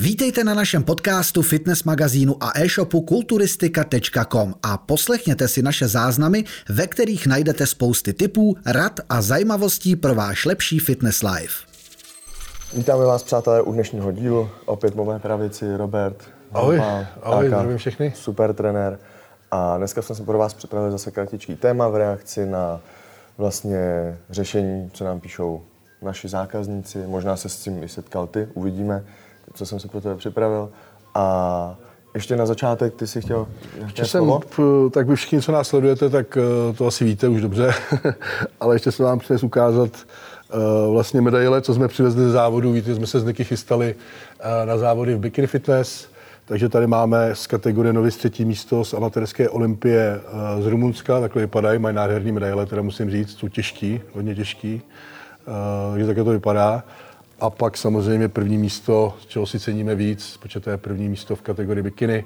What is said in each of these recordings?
Vítejte na našem podcastu, fitness magazínu a e-shopu kulturistika.com a poslechněte si naše záznamy, ve kterých najdete spousty tipů, rad a zajímavostí pro váš lepší fitness life. Vítáme vás, přátelé, u dnešního dílu. Opět po mé pravici Robert. Ahoj, zdravím všechny. Super trenér. A dneska jsem si pro vás připravil zase kratičký téma v reakci na vlastně řešení, co nám píšou naši zákazníci. Možná se s tím i setkal ty, uvidíme, co jsem si pro tebe připravil. A ještě na začátek, ty jsi chtěl tak vy všichni, co nás sledujete, tak to asi víte už dobře, ale ještě se vám přines ukázat vlastně medaile, co jsme přivezli ze závodu. Víte, jsme se s Niky chystali na závody v bikini fitness, takže tady máme z kategorie novic 3. místo z amatérské olympie z Rumunska, takhle vypadají, mají nádherný medaile, teda musím říct, jsou těžký, hodně těžký, takže takhle to vypadá. A pak samozřejmě 1. místo, z čeho si ceníme víc, protože to je 1. místo v kategorii bikini,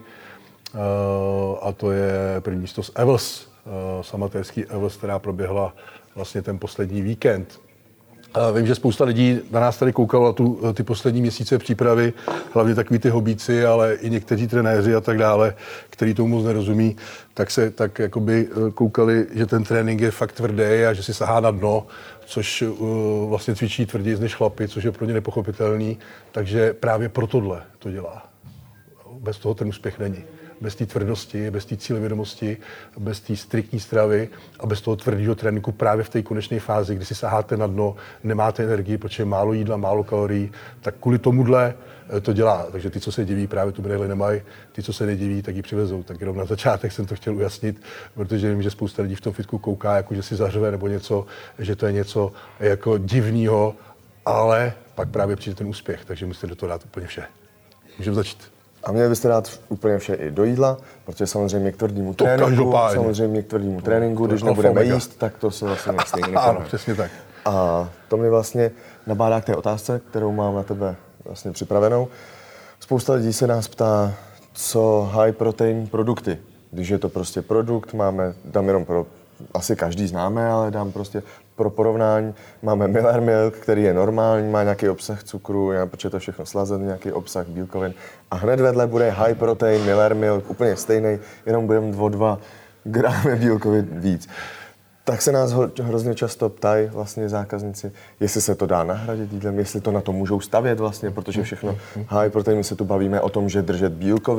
a to je 1. místo z Evels, z amatérský Evels, která proběhla vlastně ten poslední víkend. Vím, že spousta lidí na nás tady koukalo na ty poslední měsíce přípravy, hlavně takový ty hobíci, ale i někteří trenéři a tak dále, kteří tomu moc nerozumí, tak jakoby koukali, že ten trénink je fakt tvrdý a že si sahá na dno, což vlastně cvičí tvrději než chlapi, což je pro ně nepochopitelný, takže právě pro tohle to dělá. Bez toho ten úspěch není. Bez té tvrdosti, bez té cílevědomosti, bez té striktní stravy a bez toho tvrdého tréninku právě v té konečné fázi, kdy si saháte na dno, nemáte energii, protože je málo jídla, málo kalorií, tak kvůli tomuhle to dělá. Takže ty, co se diví, právě tu medaili nemají, ty, co se nediví, tak ji přivezou. Tak jenom na začátek jsem to chtěl ujasnit, protože vím, že spousta lidí v tom fitku kouká, jako že si zařve nebo něco, že to je něco jako divného, ale pak právě přijde ten úspěch, takže musíte do toho dát úplně vše. Můžeme začít. A měli byste dát úplně vše i do jídla, protože samozřejmě k tvrdému tréninku, když nebudeme jíst, tak to se vlastně stejně nekoná. Ano, přesně tak. A to mi vlastně nabádá k té otázce, kterou mám na tebe vlastně připravenou. Spousta lidí se nás ptá, co high protein produkty. Když je to prostě produkt, dám jenom asi každý známe, ale dám prostě pro porovnání. Máme Miller Milk, který je normální, má nějaký obsah cukru, protože to všechno slazený, nějaký obsah bílkovin. A hned vedle bude high protein Miller Milk, úplně stejný, jenom budeme o 2 gramy bílkovin víc. Tak se nás hrozně často ptají vlastně zákazníci, jestli se to dá nahradit jídlem, jestli to na to můžou stavět vlastně, protože všechno high protein, my se tu bavíme o tom, že držet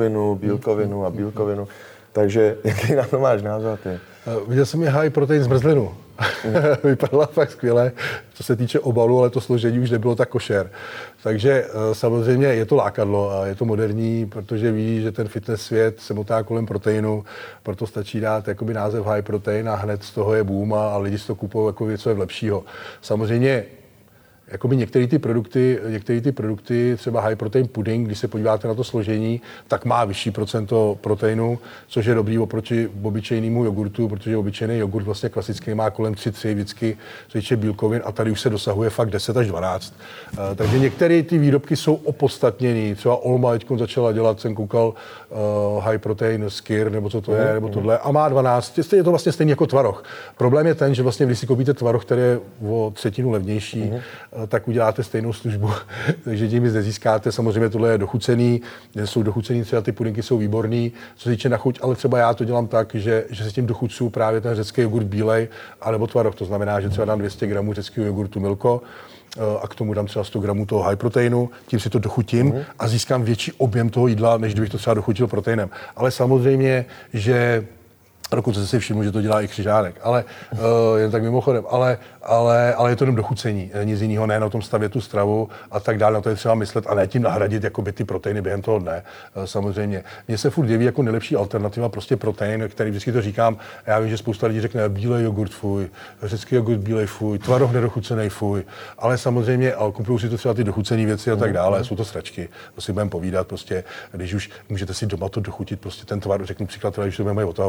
bílkovinu. Takže jaký na to máš názor ty? Viděl jsem je high protein zmrzlinu. Vypadala fakt skvěle, co se týče obalu, ale to složení už nebylo tak košer. Takže samozřejmě je to lákadlo a je to moderní, protože ví, že ten fitness svět se motá kolem proteinu, proto stačí dát jakoby název high protein a hned z toho je boom a lidi si to kupují jako něco lepšího. Samozřejmě jakoby některé ty produkty, třeba high protein pudding, když se podíváte na to složení, tak má vyšší procento proteinu, což je dobrý oproti obyčejnému jogurtu, protože obyčejný jogurt vlastně klasický má kolem 3 vždycky, co týče bílkovin, a tady už se dosahuje fakt 10 až 12. Takže některé ty výrobky jsou opodstatněný. Třeba Olma teďko začala dělat, jsem koukal, high protein skyr, nebo co to je, nebo tohle, a má 12. Je to vlastně stejný jako tvaroh. Problém je ten, že vlastně když si koupíte tvaroh, který je o 1/3 levnější, tak uděláte stejnou službu, takže tím nic nezískáte. Samozřejmě tohle je dochucený, jsou dochucený, třeba ty pudinky jsou výborný, co se týče na chuť, ale třeba já to dělám tak, že se tím dochucuju právě ten řecký jogurt bílej, anebo tvaroh. To znamená, že třeba dám 200 gramů řeckého jogurtu Milko a k tomu dám třeba 100 gramů toho high proteinu, tím si to dochutím a získám větší objem toho jídla, než kdybych to třeba dochutil proteinem. Ale samozřejmě, že dokonce si všimnu, že to dělá i Křižánek, ale jen tak mimochodem, ale je to jenom dochucení, nic jiného, ne na tom stavět tu stravu a tak dále, na to je třeba myslet a ne tím nahradit jakoby ty proteiny během toho dne, samozřejmě. Mně se furt jeví jako nejlepší alternativa prostě protein, který vždycky to říkám, já vím, že spousta lidí řekne bílej jogurt fuj, řecký jogurt bílej fuj, tvaroh nedochucený fuj, ale samozřejmě, ale kupují si to třeba ty dochucené věci a tak dále, jsou to sračky, to si budeme povídat prostě, když už můžete si doma to dochutit, prostě ten tvar, řeknu příklad, když to mají o tvarohu, samozřejmě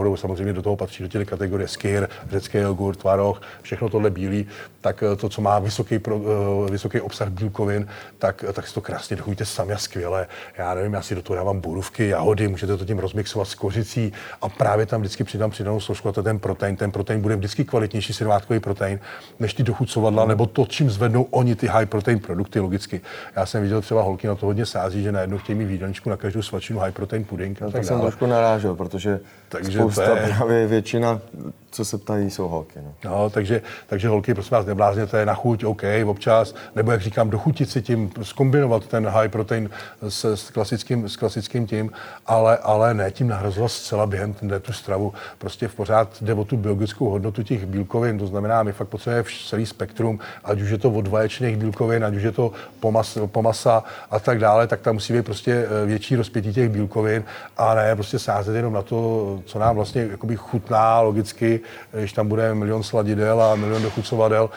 samozřejmě do toho patří do těch kategorie skyr, řecký jogurt, tvaroh, všechno tohle bílý, tak to, co má vysoký obsah bílkovin, tak si to krásně dochujte sami a skvěle. Já nevím, já si do toho dávám borůvky, jahody, můžete to tím rozmixovat s kořicí a právě tam vždycky přidám přidanou složku a to je ten protein. Ten protein bude vždycky kvalitnější syrovátkový protein, než ty dochucovadla, nebo to, čím zvednou oni ty high protein produkty, logicky. Já jsem viděl třeba holky na to hodně sází, že najednou chtějí mít v jídelníčku na každou svačinu high protein puding. No, tak jsem trošku narážel, protože spousta právě většina, co se ptají, jsou holky. No, takže holky, prosím vás, neblázněte na chuť, OK, občas, nebo jak říkám, dochutit si tím, zkombinovat ten high protein s klasickým tím, ale ne tím nahrazovat zcela během tu stravu. Prostě v pořád jde o tu biologickou hodnotu těch bílkovin, to znamená, my fakt potřebujeme celý spektrum, ať už je to od vaječných bílkovin, ať už je to po masa a tak dále, tak tam musí být prostě větší rozpětí těch bílkovin a ne prostě sázet jenom na to, co nám vlastně jakoby chutná logicky, když tam bude milion sladidel a milion dochucovadel,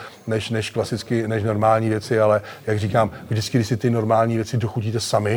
než normální věci, ale jak říkám, vždycky, když si ty normální věci dochutíte sami,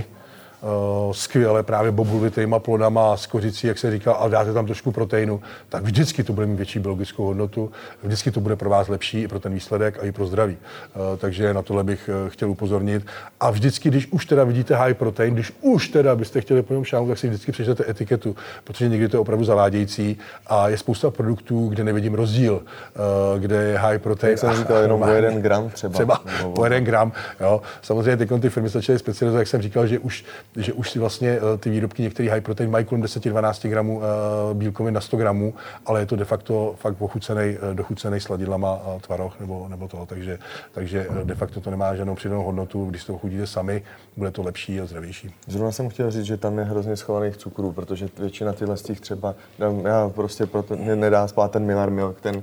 skvěle právě bobulvitýma plodama s kořicí, jak se říká, a dáte tam trošku proteinu, tak vždycky to bude mít větší biologickou hodnotu, vždycky to bude pro vás lepší i pro ten výsledek a i pro zdraví. Takže na tohle bych chtěl upozornit. A vždycky, když už teda vidíte high protein, když už teda byste chtěli po něm šáhnout, tak si vždycky přečtete etiketu, protože někdy to je opravdu zavádějící a je spousta produktů, kde nevidím rozdíl, kde je high protein. Jak jsem říkal, jenom o 1 gram třeba o 1 gram, jo. Samozřejmě ty firmy začaly specializovat, jak jsem říkal, že už si vlastně ty výrobky některý high protein mají kolem 10-12 gramů bílkovin na 100 gramů, ale je to de facto fakt dochucený sladidlama tvaroh nebo toho, takže de facto to nemá žádnou přidanou hodnotu, když to chutíte sami, bude to lepší a zdravější. Zrovna jsem chtěl říct, že tam je hrozně schovaných cukrů, protože většina těchto z těch třeba, já prostě proto mě nedá spát ten Miller Milk, ten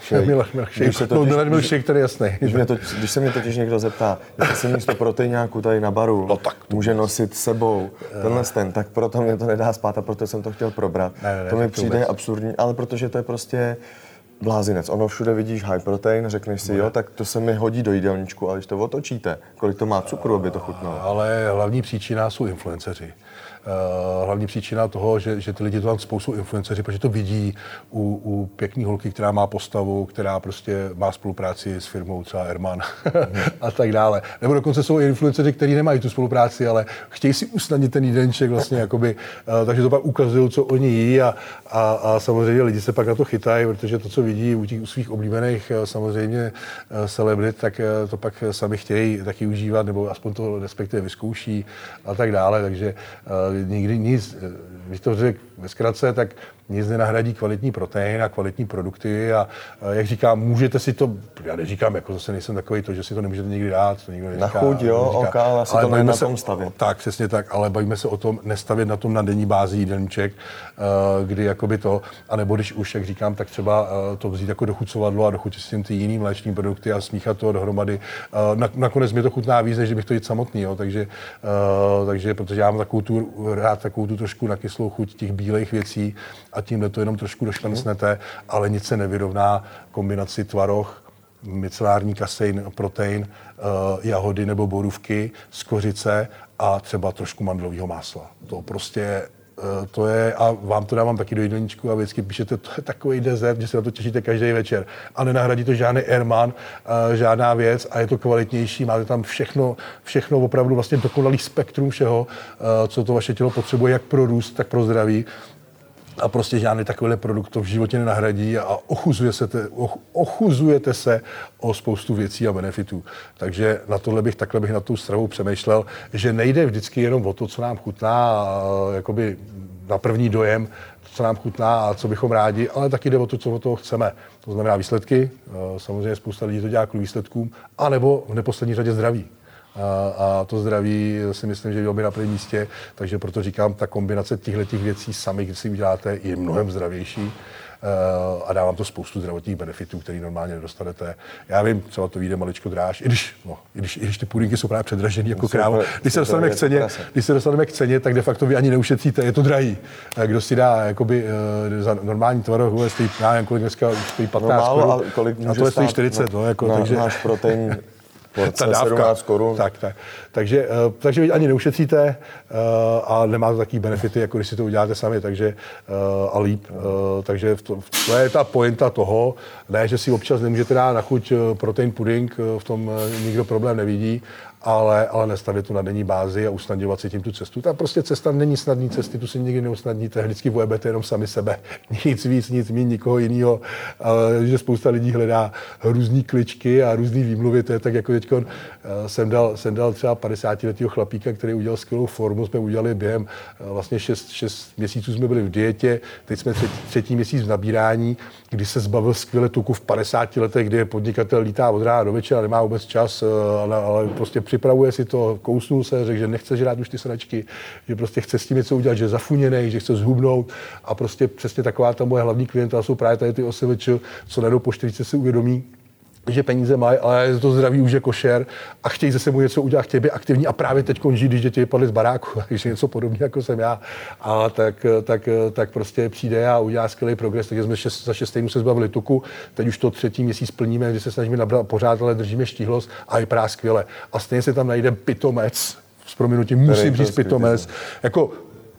Miller Milk shake, který je jasný. Když se mě totiž někdo zeptá, jestli se místo proteiňáku tady na baru může nosit sebou tak proto mě to nedá spát a proto jsem to chtěl probrat. To mi přijde absurdní, ale protože to je prostě blázinec. Ono všude vidíš high protein, řekneš si, jo, tak to se mi hodí do jídelníčku, ale když to otočíte, kolik to má cukru, aby to chutnalo. Ale hlavní příčina jsou influenceři. Hlavní příčina toho, že ty lidi to tam spoustu influenceři, protože to vidí u pěkný holky, která má postavu, která prostě má spolupráci s firmou třeba Erman a tak dále. Nebo dokonce jsou i influenceři, kteří nemají tu spolupráci, ale chtějí si usnadnit ten jídelníček vlastně jakoby, takže to pak ukazují, co oni jí a samozřejmě lidi se pak na to chytají, protože to, co vidí u svých oblíbených samozřejmě celebrit, tak to pak sami chtějí taky užívat, nebo aspoň to respektive vyzkouší a tak dále, takže nikdy nic, když to řekl ve zkratce, tak nic nenahradí kvalitní protein a kvalitní produkty a jak říkám, můžete si to, já neříkám, jako zase nejsem takový to, že si to nemůžete nikdy dát, to nikdo neříká. Na chuť, jo, OK, ale si to ne na tom stavět. Tak, přesně tak, ale bavíme se o tom, nestavět na tom na denní bázi jídelníček, kdy jakoby to, anebo když už, jak říkám, tak třeba to vzít jako dochucovadlo a dochutit s tím ty jiný mléčný produkty a smíchat to dohromady. Nakonec mi to chutná víc, než kdybych to jíst samotný, jo, takže protože já mám rád takovou tu trošku nakyslou chuť těch bílých věcí a tímhle to jenom trošku doškancnete, ale nic se nevyrovná kombinaci tvaroh, micelární kasein, protein, jahody nebo borůvky z kořice a třeba trošku mandlového másla. To prostě to je, a vám to dávám taky do jídelníčku a vždycky píšete, to je takový dezert, že se na to těšíte každý večer. A nenahradí to žádný Erman, žádná věc a je to kvalitnější, máte tam všechno opravdu vlastně dokonalý spektrum všeho, co to vaše tělo potřebuje, jak pro růst, tak pro zdraví. A prostě žádný takovýhle produkt to v životě nenahradí a ochuzujete se o spoustu věcí a benefitů. Takže takhle bych na tu stravu přemýšlel, že nejde vždycky jenom o to, co nám chutná, jakoby na první dojem, co nám chutná a co bychom rádi, ale taky jde o to, co od toho chceme. To znamená výsledky, samozřejmě spousta lidí to dělá kvůli výsledkům, anebo v neposlední řadě zdraví. A to zdraví si myslím, že bylo by na prvním místě, takže proto říkám, ta kombinace těchto věcí sami, když si uděláte, je mnohem zdravější a dávám to spoustu zdravotních benefitů, který normálně nedostanete. Já vím, třeba to vyjde maličko dráž, i když ty pudinky jsou právě předražený jako kráva. Když se dostaneme k ceně, tak de facto vy ani neušetříte, je to drahý. Kdo si dá jakoby za normální tvaroh, stojí, já nevím, kolik dneska stojí 15 korun, a tohle stojí 40. Takže náš protein porce 17 korun. Tak. Takže ani neušetříte a nemá to takový benefity, jako když si to uděláte sami, takže a líp. Takže to je ta pointa toho, ne, že si občas nemůžete dát na chuť protein puding, v tom nikdo problém nevidí, ale nestavit to na denní bázi a usnadňovat si tím tu cestu. Ta prostě cesta není snadný cesty, tu si nikdy neusnadníte, vždycky vojebete jenom sami sebe. Nic víc, nic méně, nikoho jiného. Že spousta lidí hledá různý kličky a různý výmluvy, to je tak jako teďkon jsem dal třeba 50letého chlapíka, který udělal skvělou formu, jsme udělali během vlastně 6 měsíců jsme byli v dietě, teď jsme třetí měsíc v nabírání, kdy se zbavil skvěle tuku v 50 letech, kdy je podnikatel lítá od rána do večera, nemá vůbec čas, ale prostě připravuje si to, kousnul se, řekl, že nechce žrát už ty sračky, že prostě chce s tím něco udělat, že je zafuněnej, že chce zhubnout a prostě přesně taková ta moje hlavní klientela jsou právě tady ty OSVČ, co najednou po 40 si uvědomí, že peníze mají, ale to zdraví už je košer a chtějí ze sebou něco udělat, chtějí být aktivní a právě teď končí, když děti vypadly z baráku, takže něco podobného, jako jsem já. A tak prostě přijde a udělá skvělý progres, takže jsme za 6 týdnů se zbavili tuku, teď už to 3. měsíc plníme, kdy se snažíme nabrat pořád, ale držíme štíhlost a vypadá skvěle. A stejně se tam najde pitomec, s prominutím musím říct pitomec, jako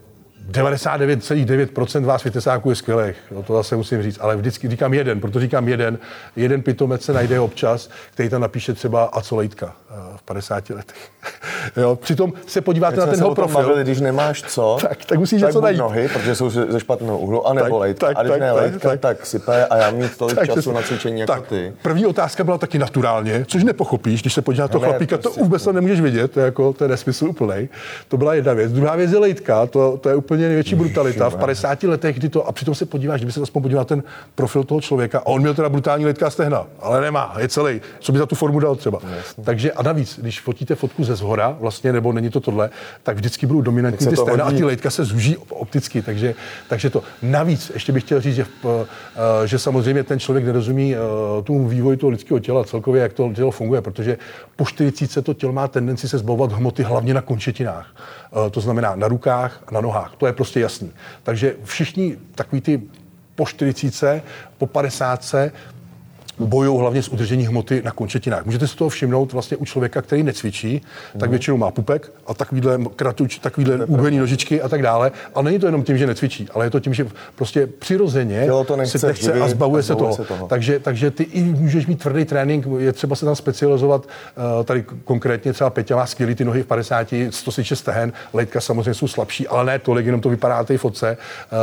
99,9% vás fitnessáků je skvělých, no to zase musím říct, ale vždycky říkám jeden pitomec se najde občas, který tam napíše třeba a co Lejtka v 50 letech. Jo, přitom se podíváte na ten jeho profil. Bavili, když nemáš co, tak musíš něco najít. Nohy, protože jsou ze špatného úhlu, anebo Lejtka. A když ne Lejtka, tak sype a já mít tolik času na cvičení jako ty. První otázka byla taky naturálně, což nepochopíš, když se podíváš na toho chlapíka, to vůbec nemůžeš vidět, to je nesmysl úplnej. To byla jedna věc. Druhá věc je Lejtka, to je úplně největší brutalita v 50 letech, kdy to, a přitom se podíváš, kdyby se aspoň podíval ten profil toho člověka, a on měl teda brutální lidka stehna, ale nemá, je celý, co by za tu formu dal třeba. Takže a navíc, když fotíte fotku ze zhora, vlastně, nebo není to tohle, tak vždycky budou dominantní ty stehna a ty lidka se zúží opticky, takže to. Navíc, ještě bych chtěl říct, že samozřejmě ten člověk nerozumí tomu vývoji toho lidského těla, celkově, jak to tělo funguje, protože po 40 to tělo má tendenci se zbavovat hmoty hlavně na končetinách. To znamená na rukách a na nohách. To je prostě jasný. Takže všichni takový ty po 40, po 50 bojují hlavně s udržením hmoty na končetinách. Můžete si toho všimnout vlastně u člověka, který necvičí, tak většinou má pupek a takovýhle úhlený nožičky a tak dále. A není to jenom tím, že necvičí, ale je to tím, že prostě přirozeně se nechce a zbavuje se toho. Takže ty i můžeš mít tvrdý trénink, je třeba se tam specializovat. Tady konkrétně třeba Peťa má skvělý ty nohy v 50, 106 stehen, Lejtka samozřejmě jsou slabší, ale ne tolik, jenom to vypadá na té fotce,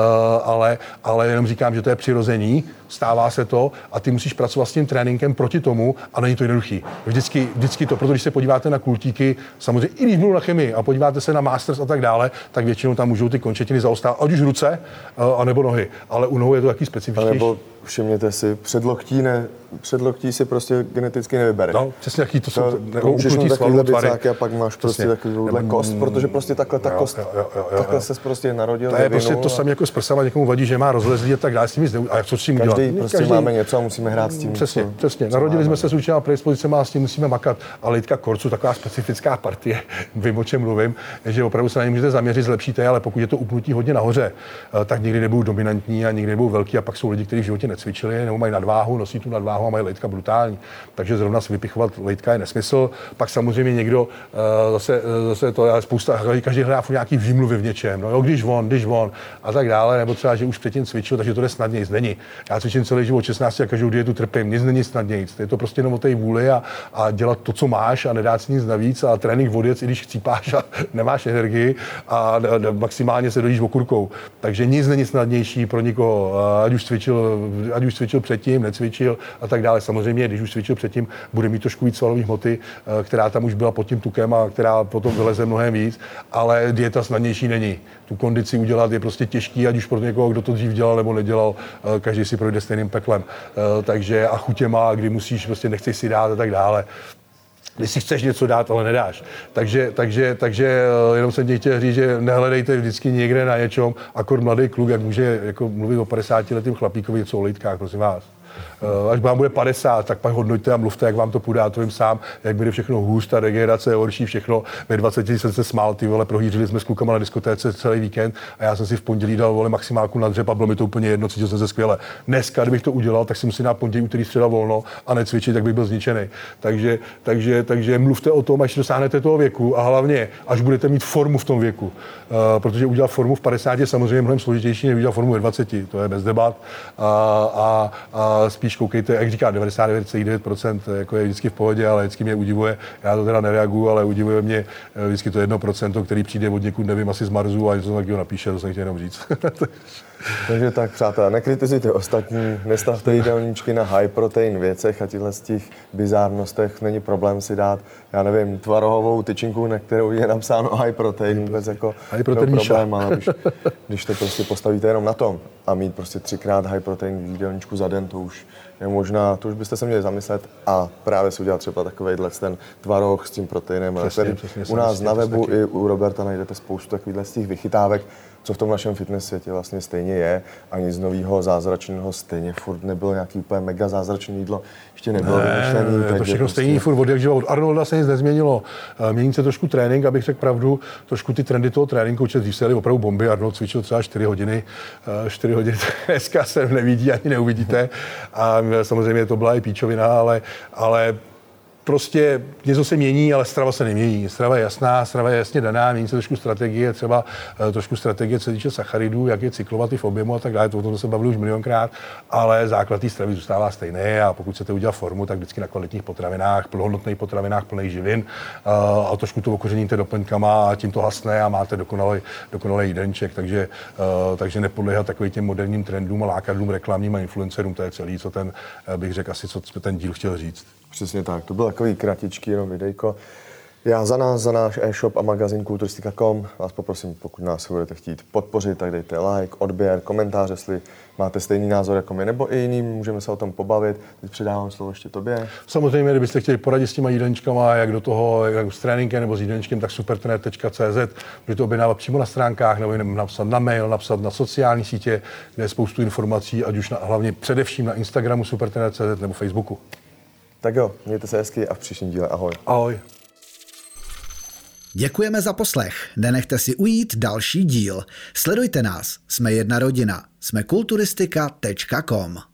ale jenom říkám, že to je přirození, stává se to a ty musíš pracovat s tím tréninkem proti tomu a není to jednoduchý. Vždycky to, protože když se podíváte na kultíky, samozřejmě i když mluví na chemii a podíváte se na Masters a tak dále, tak většinou tam můžou ty končetiny zaostávat, ať už ruce, anebo nohy. Ale u nohou je to taky specifičtější. Nebo všimněte si, předloktí si prostě geneticky nevybere. No, přesně jaký to jsou můžeš mít takovýhle bicáky a pak máš prostě takovýhle kost, protože prostě takhle ta kost, takhle se prostě narodil. To je prostě to samé jako s prsama, někomu vadí, že má rozlezlý a tak dále, s tím nic a jak co s tím udělat? Každý máme něco a musíme hrát s tím. Přesně. Narodili jsme se s určitýma predispozicemi a s tím musíme makat. A Lidka Korcu, taková specifická partie, vím, o čem mluvím, že opravdu se na ně můžete zaměřit, zlepšíte, ale pokud je to upnutí hodně nahoře, tak nikdy nebudou dominantní a nikdy nebudou velký a pak jsou lidi, kteří v životě necvičili nebo mají nadváhu, nosí tu nadváhu a mají Lidka brutální. Takže zrovna si vypichovat Lidka je nesmysl. Pak samozřejmě někdo zase to je spousta, každý hledá nějaký výmluvy v něčem, no jo, když on a tak dále, nebo třeba že už předtím cvičil, takže to jde snadněji, není. Já cvičím celý život 16 a každou dietu trpím, nic není snadněji. Je to prostě jenom o té vůli a dělat to, co máš a nedát si nic navíc a trénink odjet, i když chcípáš a nemáš energii a maximálně se dojíš okurkou. Takže nic není snadnější pro nikoho, ať už cvičil předtím, necvičil a tak dále. Samozřejmě, když už cvičil předtím, bude mít trošku víc svalových hmoty, která tam už byla pod tím tukem a která potom vyleze mnohem víc, ale dieta snadnější není. Tu kondici udělat je prostě těžký, ať už pro někoho, kdo to dřív dělal nebo nedělal, každý si projde stejným peklem. Takže a chutě má, kdy musíš, prostě nechceš si dát a tak dále. Když si chceš něco dát, ale nedáš. Takže jenom jsem ti chtěl říct, že nehledejte vždycky někde na něčem, akor mladý kluk, jak může jako mluvit o 50letým chlapíkovi, co o Lidkách, prosím vás. Až vám bude 50, tak pak hodnoťte a mluvte, jak vám to půjde, já to vím sám, jak bude všechno hůř, ta regenerace je horší, všechno. Ve 20 jsem se smál, ty vole, prohýřili jsme s klukama na diskotéce celý víkend a já jsem si v pondělí dal, vole, maximálku na dřep a bylo mi to úplně jedno, cítil jsem se skvěle. Dneska, kdybych to udělal, tak si musím dát pondělí, úterý, středa volno a necvičit, tak bych byl zničený. Takže mluvte o tom, až dosáhnete toho věku a hlavně, až budete mít formu v tom věku. Protože udělat formu v 50 je samozřejmě mnohem složitější, než udělat formu ve 20, to je bez debat. A spíš koukejte, jak říká, 99,9% jako je vždycky v pohodě, ale vždycky mě udivuje, já to teda nereaguju, ale udivuje mě vždycky to 1%, který přijde od někud, nevím, asi z Marsu a něco takového napíše, to jsem chtěl jenom říct. Takže tak, přátelé, nekritizujte ostatní, nestavte jídelníčky na high protein věcech a těchto z těch bizárnostech není problém si dát, já nevím, tvarohovou tyčinku, na kterou je napsáno high protein, vůbec jako problém, ale když to prostě postavíte jenom na tom a mít prostě 3x high protein v jídelníčku za den, to už je možná, to už byste se měli zamyslet a právě si udělat třeba takovejhle ten tvaroh s tím proteinem. Přesně, u nás na webu i u Roberta najdete spoustu takovýchhle z těch vychytávek, co v tom našem fitness světě vlastně stejně je. Ani z nového zázračného stejně furt nebylo nějaký úplně mega zázračné jídlo, ještě nebylo vymyšlený. To všechno prostě stejný, furt od jak živa. Od Arnolda se nic nezměnilo. Mění se trošku trénink, abych řekl pravdu, trošku ty trendy toho tréninku, dřív se jeli opravdu bomby, Arnold cvičil třeba 4 hodiny, dneska se nevidí, ani neuvidíte. A samozřejmě to byla i píčovina, ale prostě něco se mění, ale strava se nemění. Strava je jasná, strava je jasně daná, mění se trošku strategie, třeba trošku strategie, co se týče sacharidů, jak je cyklovat i v objemu a tak dále, o tom se bavili už milionkrát, ale základ té stravy zůstává stejný a pokud chcete udělat formu, tak vždycky na kvalitních potravinách, plnohodnotných potravinách, plných živin a trošku to okořeníte doplňkama a tím to hasne a máte dokonalý jídelníček, takže nepodléhat takovým těm moderním trendům a lákadlům, reklamním a influencerům, to je celý, co ten, bych řekl asi, co ten díl chtěl říct. Přesně tak, to byl takový kratičký jenom videjko. Já za náš e-shop a magazín kulturistika.com vás poprosím, pokud nás budete chtít podpořit, tak dejte like, odběr, komentář, jestli máte stejný názor jako my, nebo i jiný, můžeme se o tom pobavit. Teď předávám slovo ještě tobě. Samozřejmě, kdybyste chtěli poradit s těma jídelníčkama, jak do toho, jak s tréninkem nebo s jídelníčkem, tak supertrener.cz, můžete objednávat přímo na stránkách, nebo napsat na mail, napsat na sociální sítě, kde je spoustu informací, ať už hlavně především na Instagramu supertrener.cz nebo Facebooku. Tak jo, mějte se hezky a v příštím díle ahoj. Ahoj. Děkujeme za poslech. Nenechte si ujít další díl. Sledujte nás. Jsme jedna rodina. Jsme kulturistika.com.